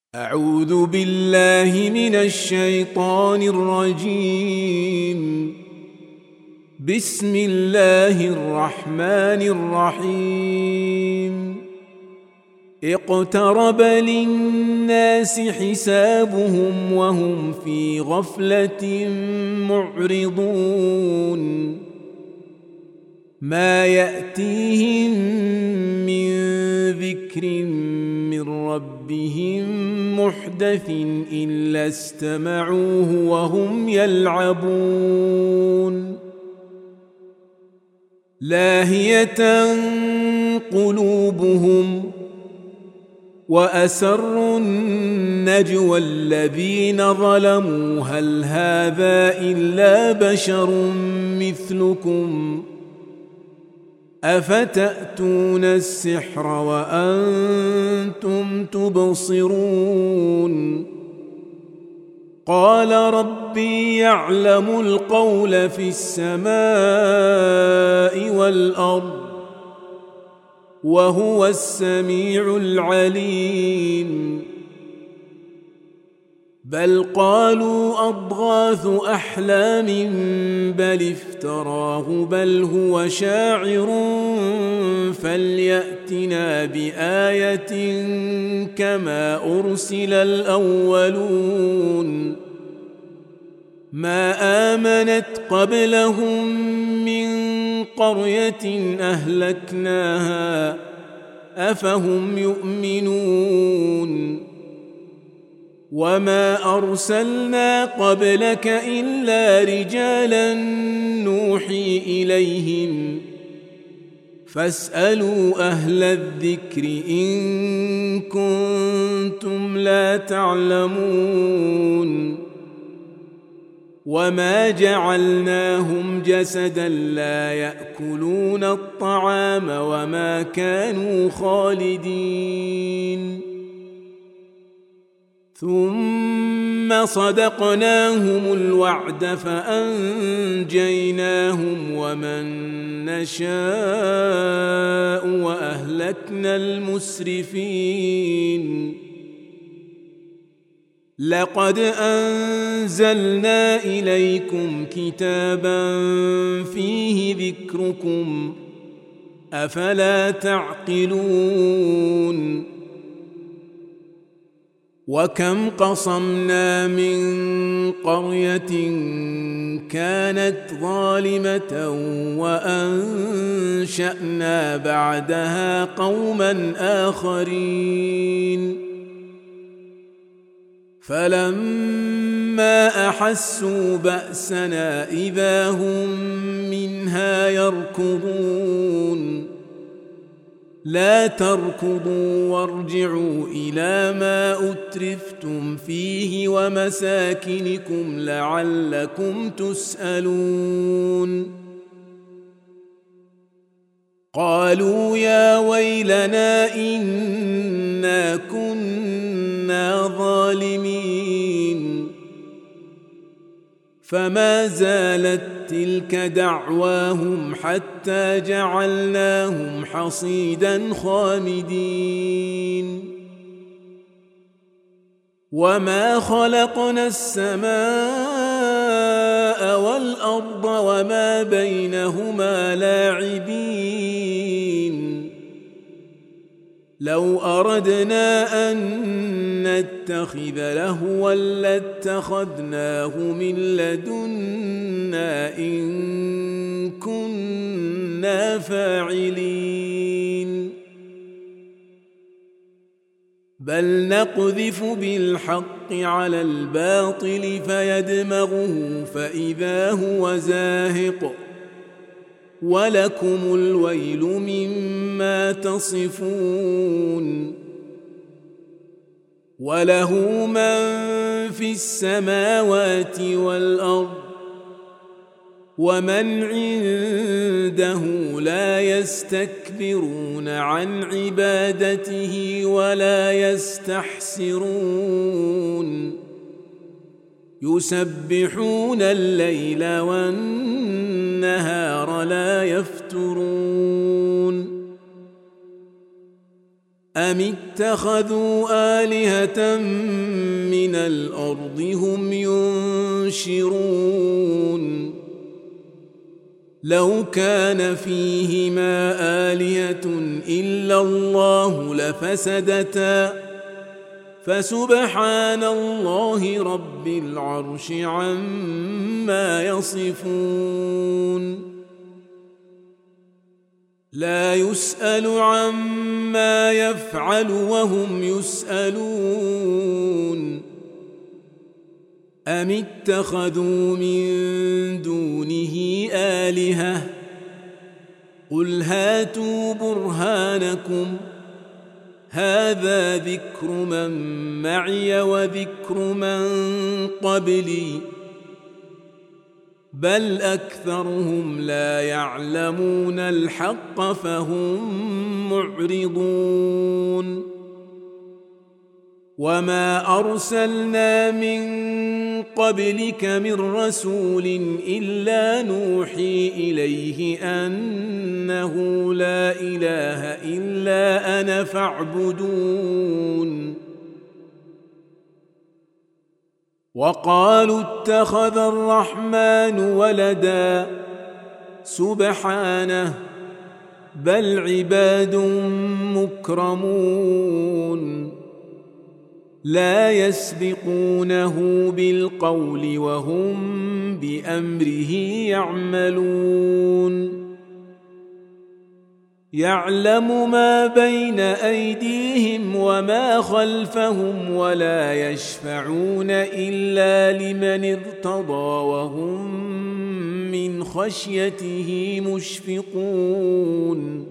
أعوذ بالله من الشيطان الرجيم. بسم الله الرحمن الرحيم. اقترب للناس حسابهم وهم في غفلة معرضون. ما يأتيهم من ذكر من ربهم محدث إلا استمعوه وهم يلعبون. لاهية قلوبهم وأسروا النجوى الذين ظلموا هل هذا إلا بشر مثلكم أفتأتون السحر وأنتم تبصرون. قال ربي يعلم القول في السماء والأرض وهو السميع العليم. بل قالوا أضغاث أحلام بل افتراه بل هو شاعر فليأتنا بآية كما أرسل الأولون. ما آمنت قبلهم من قرية أهلكناها أفهم يؤمنون. وما أرسلنا قبلك إلا رجالا نوحي إليهم فاسألوا أهل الذكر إن كنتم لا تعلمون. وما جعلناهم جسدا لا يأكلون الطعام وما كانوا خالدين. ثم صدقناهم الوعد فأنجيناهم ومن نشاء وأهلكنا المسرفين. لقد أنزلنا إليكم كتابا فيه ذكركم أفلا تعقلون. وكم قصمنا من قرية كانت ظالمة وأنشأنا بعدها قوما آخرين. فلما أحسوا بأسنا إذا هم منها يركضون. لا تركضوا وارجعوا إلى ما أترفتم فيه ومساكنكم لعلكم تسألون. قالوا يا ويلنا إنا كنا ظالمين. فما زالت تلك دعواهم حتى جعلناهم حصيدا خامدين. وما خلقنا السماء والأرض وما بينهما لاعبين. لو أردنا أن نتخذ لهوا لاتخذناه من لدنا إن كنا فاعلين. بل نقذف بالحق على الباطل فيدمغه فإذا هو زاهق ولكم الويل مما تصفون. وله من في السماوات والأرض ومن عنده لا يستكبرون عن عبادته ولا يستحسرون. يسبحون الليل والنهار لا يفترون. أم اتخذوا آلهة من الأرض هم ينشرون لو كان فيهما آلهة إلا الله لفسدتا فسبحان الله رب العرش عما يصفون لا يسأل عما يفعل وهم يسألون أم اتخذوا من دونه آلهة قل هاتوا برهانكم هذا ذكر من معي وذكر من قبلي بل أكثرهم لا يعلمون الحق فهم معرضون وما أرسلنا من قبلك من رسول إلا نوحي إليه أنه لا إله إلا أنا فاعبدون وقالوا اتخذ الرحمن ولدا سبحانه بل عباد مكرمون لا يسبقونه بالقول وهم بأمره يعملون يعلم ما بين أيديهم وما خلفهم ولا يشفعون إلا لمن ارتضى وهم من خشيته مشفقون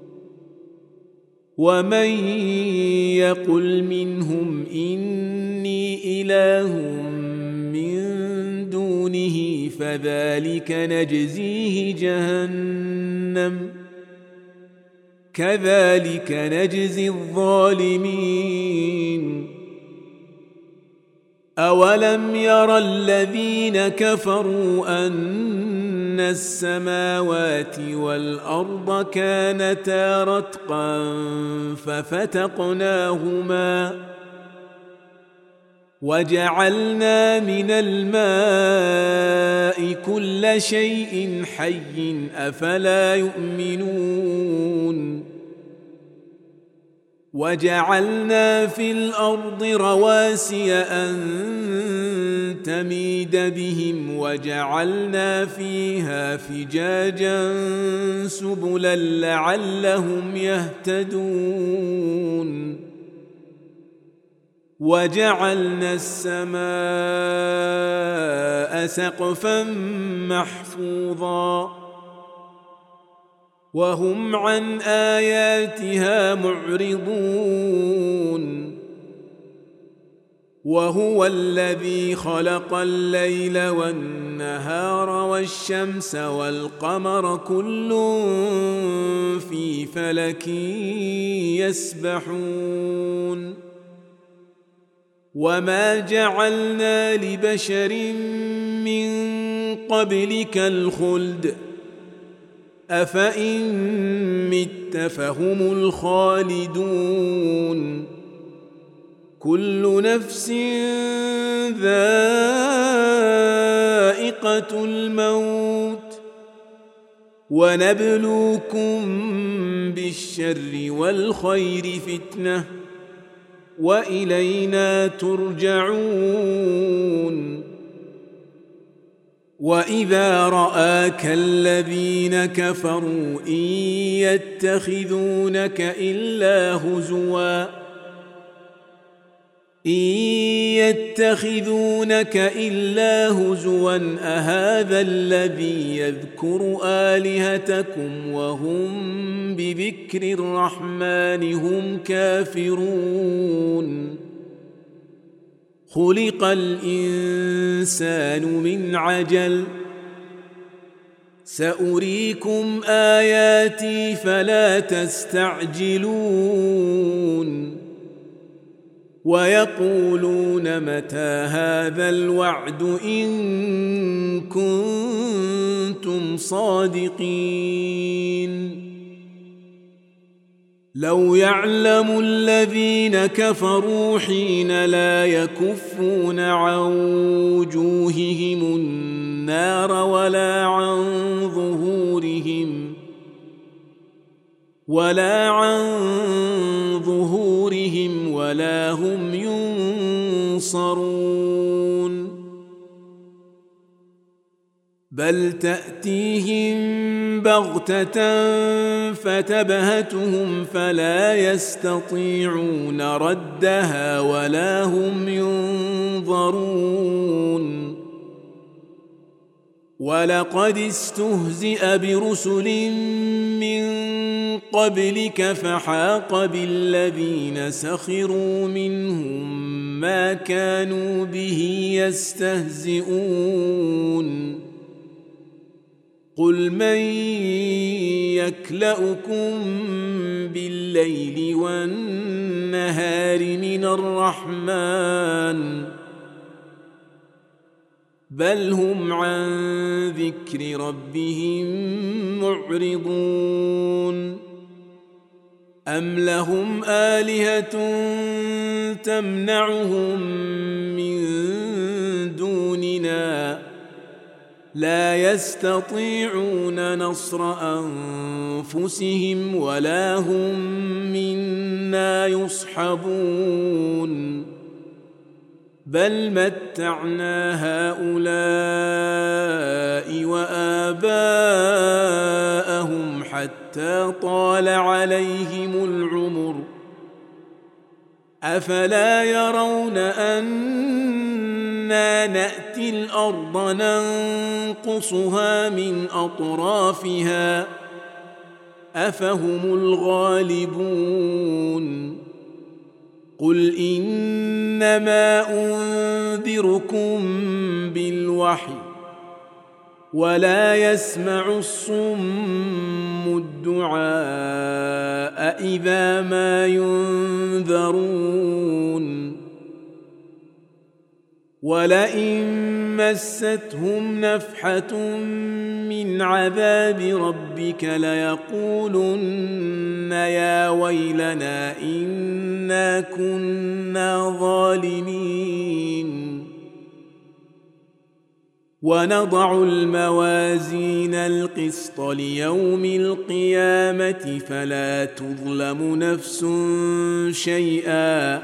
ومن يقل منهم إني إله من دونه فذلك نجزيه جهنم كذلك نجزي الظالمين أولم ير الذين كفروا أن السماوات والأرض كانتا رتقا ففتقناهما وجعلنا من الماء كل شيء حي أفلا يؤمنون وجعلنا في الأرض رواسي أن تميد بهم وجعلنا فيها فجاجا سبلا لعلهم يهتدون وجعلنا السماء سقفا محفوظا وهم عن آياتها معرضون وهو الذي خلق الليل والنهار والشمس والقمر كل في فلك يسبحون وما جعلنا لبشر من قبلك الخلد أفإن مت فهم الخالدون كل نفس ذائقة الموت ونبلوكم بالشر والخير فتنة وإلينا ترجعون وإذا رآك الذين كفروا إن يتخذونك إلا هزوا أهذا الذي يذكر آلهتكم وهم بذكر الرحمن هم كافرون خلق الإنسان من عجل سأريكم آياتي فلا تستعجلون ويقولون متى هذا الوعد إن كنتم صادقين لو يعلم الذين كفروا حين لا يكفون عن وجوههم النار ولا عن ظهورهم ولا هم ينصرون بل تأتيهم بغتة فتبهتهم فلا يستطيعون ردها ولا هم ينظرون ولقد استهزئ برسل من قبلك فحاق بالذين سخروا منهم ما كانوا به يستهزئون قل من يكلؤكم بالليل والنهار من الرحمن بل هم عن ذكر ربهم معرضون أم لهم آلهة تمنعهم من دوننا لا يستطيعون نصر أنفسهم ولا هم منا يصحبون بل متعنا هؤلاء وآباءهم حتى طال عليهم العمر أفلا يرون أنا نأتي الأرض ننقصها من أطرافها أفهم الغالبون قل إنما أنذركم بالوحي ولا يسمع الصم الدعاء إذا ما ينذرون ولئن مستهم نفحة من عذاب ربك ليقولن يا ويلنا إنا كنا ظالمين ونضع الموازين القسط ليوم القيامة فلا تظلم نفس شيئا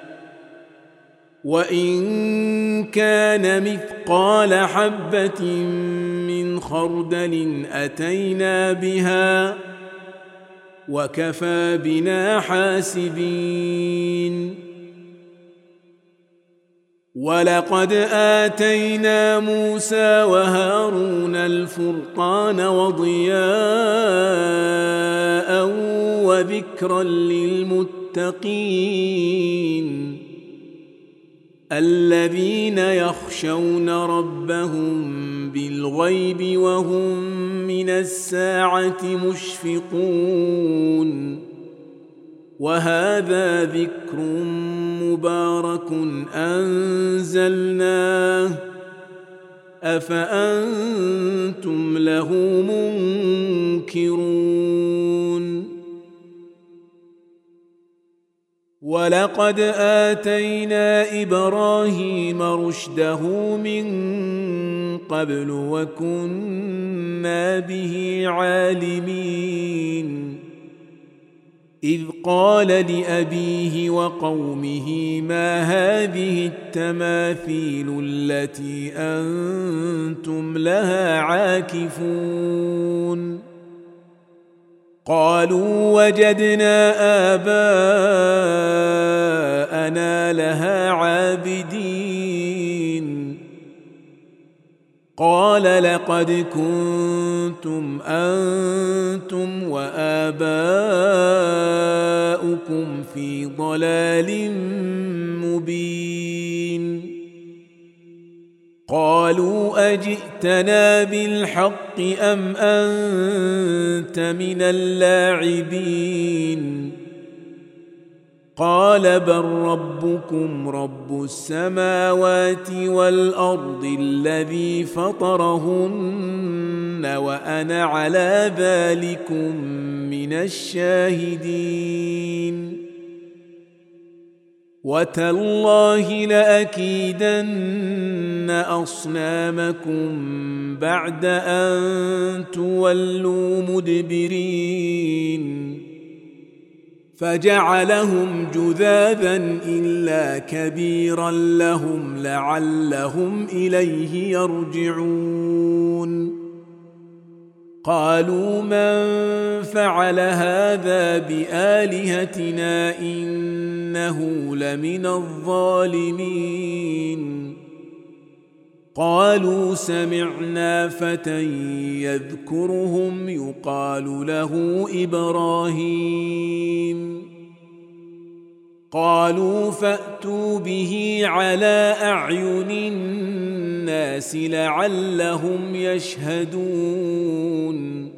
وإن كان مثقال حبة من خردل أتينا بها وكفى بنا حاسبين ولقد آتينا موسى وهارون الفرقان وضياء وذكرا للمتقين الذين يخشون ربهم بالغيب وهم من الساعة مشفقون وهذا ذكر مبارك أنزلناه أفأنتم له منكرون ولقد آتينا إبراهيم رشده من قبل وكنا به عالمين إذ قال لأبيه وقومه ما هذه التماثيل التي أنتم لها عاكفون قالوا وجدنا آباءنا لها عابدين قال لقد كنتم أنتم وآباؤكم في ضلال مبين قالوا أجئتنا بالحق أم أنت من اللاعبين قال بل ربكم رب السماوات والأرض الذي فطرهن وأنا على ذلكم من الشاهدين وتالله لأكيدن أصنامكم بعد أن تولوا مدبرين فجعلهم جذاذا إلا كبيرا لهم لعلهم إليه يرجعون قالوا من فعل هذا بآلهتنا إنه لمن الظالمين قالوا سمعنا فتى يذكرهم يقال له إبراهيم قالوا فأتوا به على أعين الناس لعلهم يشهدون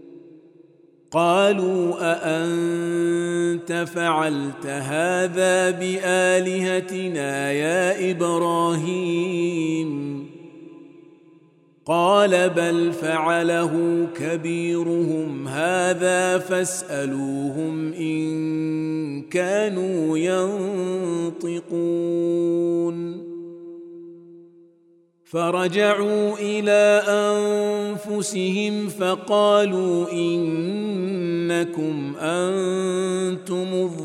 قالوا أأنت فعلت هذا بآلهتنا يا إبراهيم قال بل فعله كبيرهم هذا فاسألوهم إن كانوا ينطقون فرجعوا إلى أنفسهم فقالوا إنكم أنتم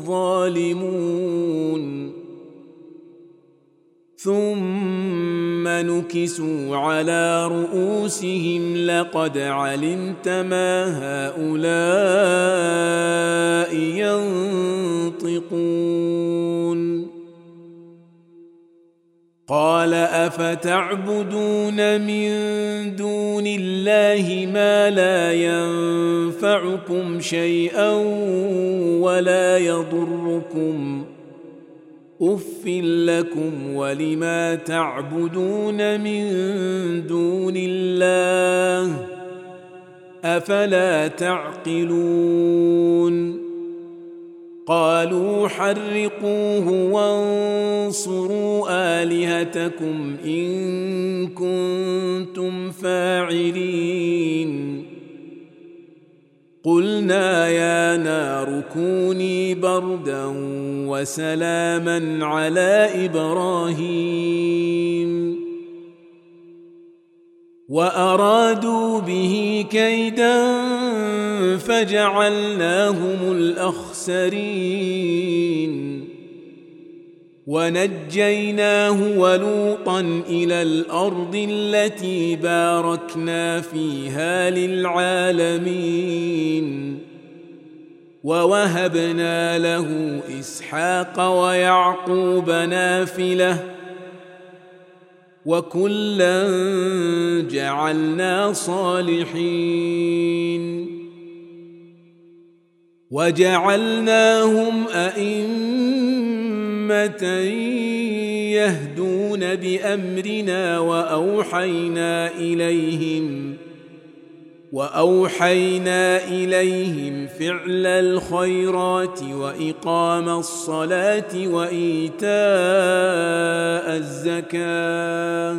الظالمون ثم نكسوا على رؤوسهم لقد علمت ما هؤلاء ينطقون قال أفتعبدون من دون الله ما لا ينفعكم شيئا ولا يضركم أف لكم ولما تعبدون من دون الله أفلا تعقلون قالوا حرقوه وانصروا آلهتكم إن كنتم فاعلين قلنا يا نار كوني بردا وسلاما على إبراهيم وأرادوا به كيدا فجعلناهم الأخسرين ونجيناه ولوطا إلى الأرض التي باركنا فيها للعالمين ووهبنا له إسحاق ويعقوب نافلة وكلا جعلنا صالحين وجعلناهم أئمة يهدون بأمرنا وأوحينا إليهم فعل الخيرات وإقام الصلاة وإيتاء الزكاة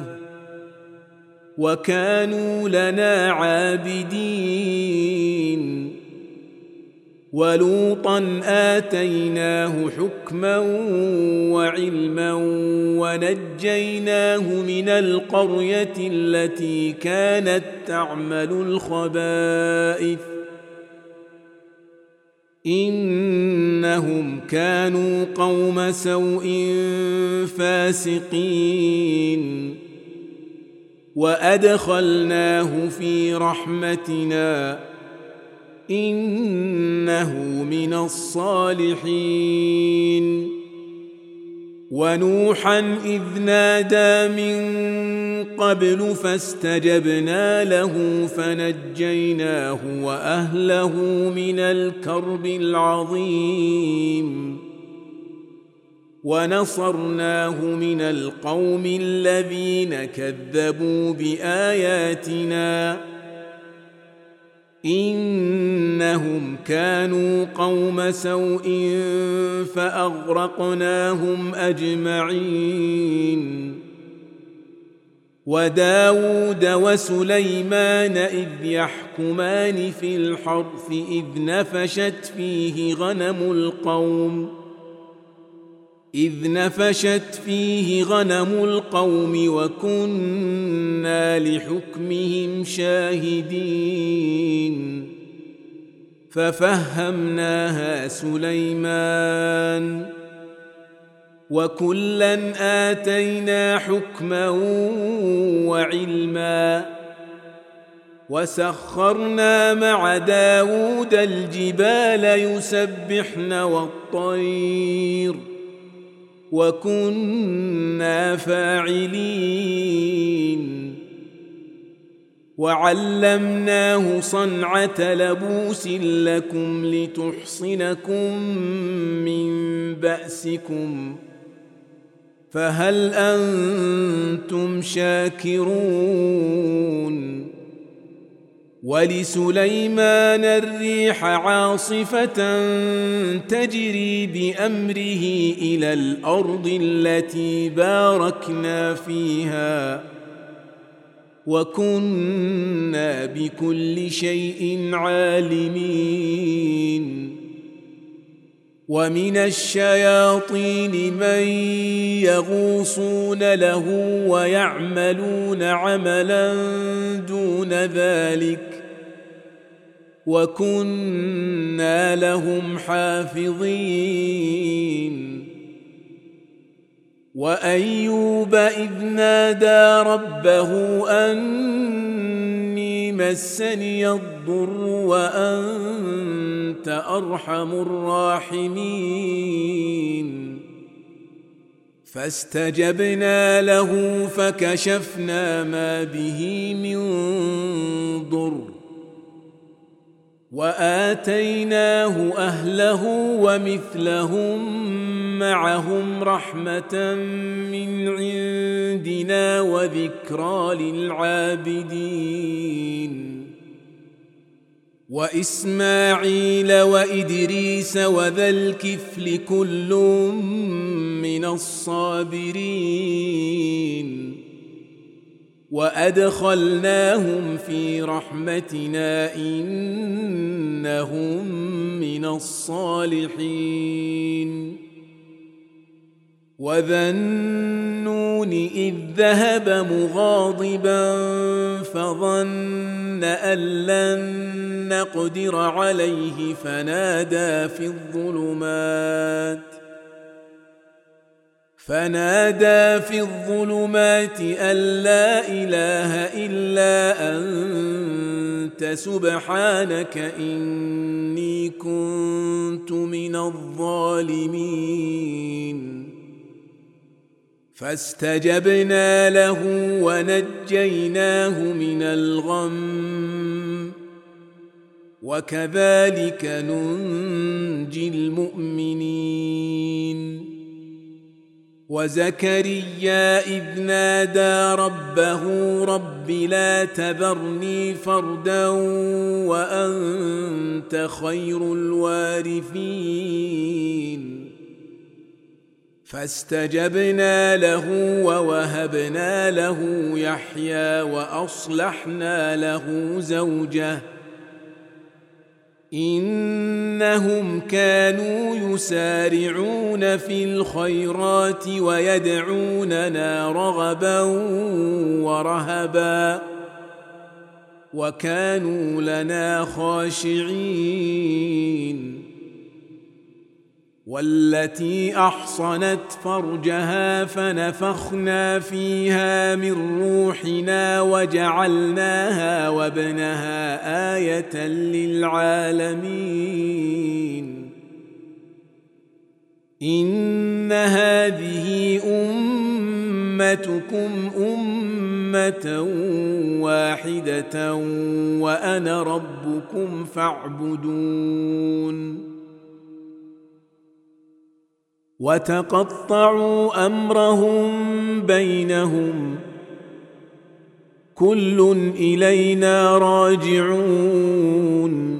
وكانوا لنا عابدين ولوطا آتيناه حكما وعلما ونجيناه من القرية التي كانت تعمل الخبائث إنهم كانوا قوم سوء فاسقين وأدخلناه في رحمتنا إنه من الصالحين ونوحا إذ نادى من قبل فاستجبنا له فنجيناه وأهله من الكرب العظيم ونصرناه من القوم الذين كذبوا بآياتنا إنهم كانوا قوم سوء فأغرقناهم أجمعين وداود وسليمان إذ يحكمان في الحرث إذ نفشت فيه غنم القوم وكنا لحكمهم شاهدين ففهمناها سليمان وكلا آتينا حكما وعلما وسخرنا مع داود الجبال يسبحن والطير وكنا فاعلين وعلمناه صنعة لبوس لكم لتحصنكم من بأسكم فهل أنتم شاكرون ولسليمان الريح عاصفة تجري بأمره إلى الأرض التي باركنا فيها وكنا بكل شيء عالمين ومن الشياطين من يغوصون له ويعملون عملا دون ذلك وكنا لهم حافظين وأيوب إذ نادى ربه أني مسني الضر وأنت أرحم الراحمين فاستجبنا له فكشفنا ما به من ضر وآتيناه أهله ومثلهم معهم رحمة من عندنا وذكرى للعابدين وإسماعيل وإدريس وذا الكفل كل من الصابرين وأدخلناهم في رحمتنا إنهم من الصالحين وذا النون إذ ذهب مغاضبا فظن أن لن نقدر عليه فنادى في الظلمات أن لا إله إلا أنت سبحانك إني كنت من الظالمين فاستجبنا له ونجيناه من الغم وكذلك ننجي المؤمنين وزكريا إذ نادى ربه رب لا تذرني فردا وأنت خير الوارثين فاستجبنا له ووهبنا له يحيى وأصلحنا له زوجه إنهم كانوا يسارعون في الخيرات ويدعوننا رغبا ورهبا وكانوا لنا خاشعين والتي أحصنت فرجها فنفخنا فيها من روحنا وجعلناها وابنها آية للعالمين إن هذه أمتكم أمة واحدة وأنا ربكم فاعبدون وتقطعوا أمرهم بينهم كل إلينا راجعون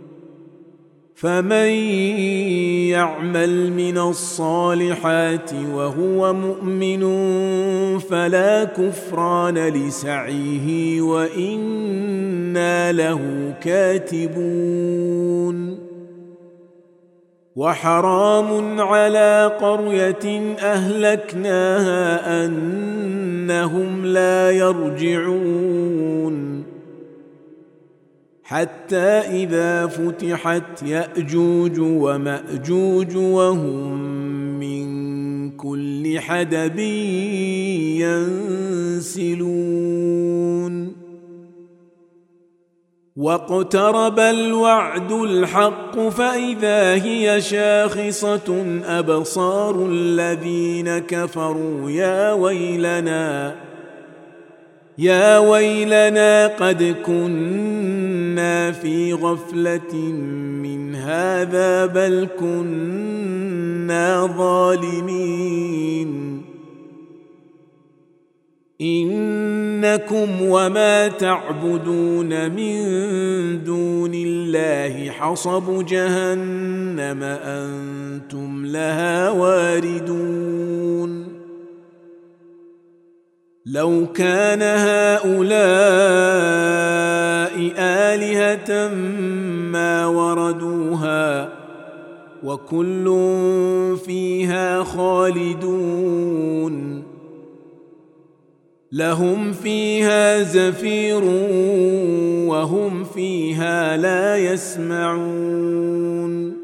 فمن يعمل من الصالحات وهو مؤمن فلا كفران لسعيه وإنا له كاتبون وحرام على قرية أهلكناها أنهم لا يرجعون حتى إذا فتحت يأجوج ومأجوج وهم من كل حدب ينسلون واقترب الوعد الحق فإذا هي شاخصة أبصار الذين كفروا يا ويلنا قد كنا في غفلة من هذا بل كنا ظالمين إنكم وما تعبدون من دون الله حصب جهنم أنتم لها واردون لو كان هؤلاء آلهة ما وردوها وكل فيها خالدون لهم فيها زفير وهم فيها لا يسمعون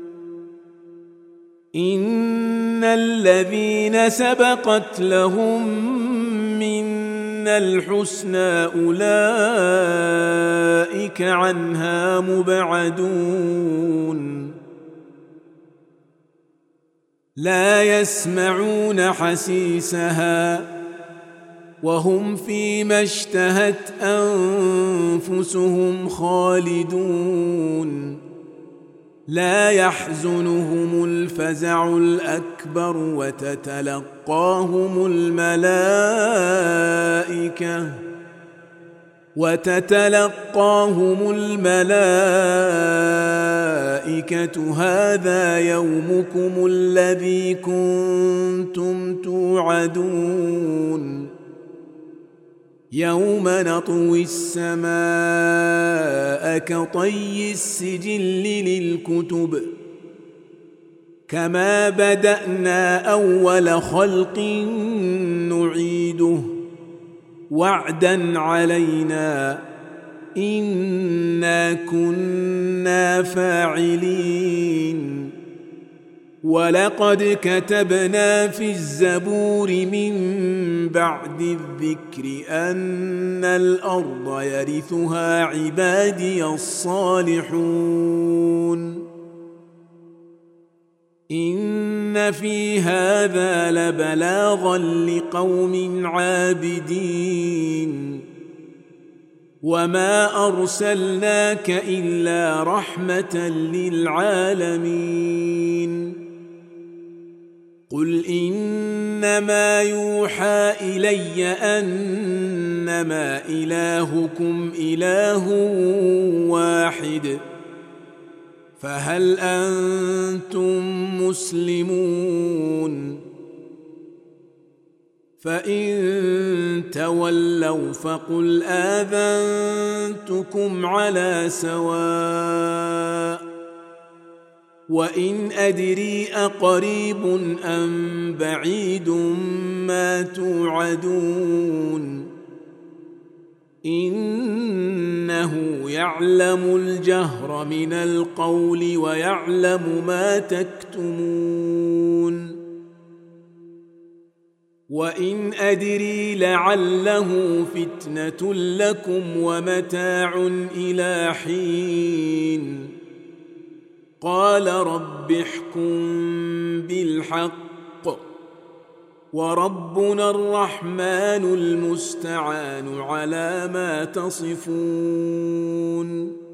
إن الذين سبقت لهم منا الحسنى أولئك عنها مبعدون لا يسمعون حسيسها وهم فيما اشتهت أنفسهم خالدون لا يحزنهم الفزع الأكبر وتتلقاهم الملائكة هذا يومكم الذي كنتم توعدون يوم نطوي السماء كطي السجل للكتب كما بدأنا أول خلق نعيده وعدا علينا إنا كنا فاعلين ولقد كتبنا في الزبور من بعد الذكر أن الأرض يرثها عبادي الصالحون إن في هذا لبلاغا لقوم عابدين وما أرسلناك إلا رحمة للعالمين قل إنما يوحى إلي أنما إلهكم إله واحد فهل أنتم مسلمون فإن تولوا فقل آذنتكم على سواء وإن أدري أقريب أم بعيد ما توعدون إنه يعلم الجهر من القول ويعلم ما تكتمون وإن أدري لعله فتنة لكم ومتاع إلى حين قال رب احكم بالحق وربنا الرحمن المستعان على ما تصفون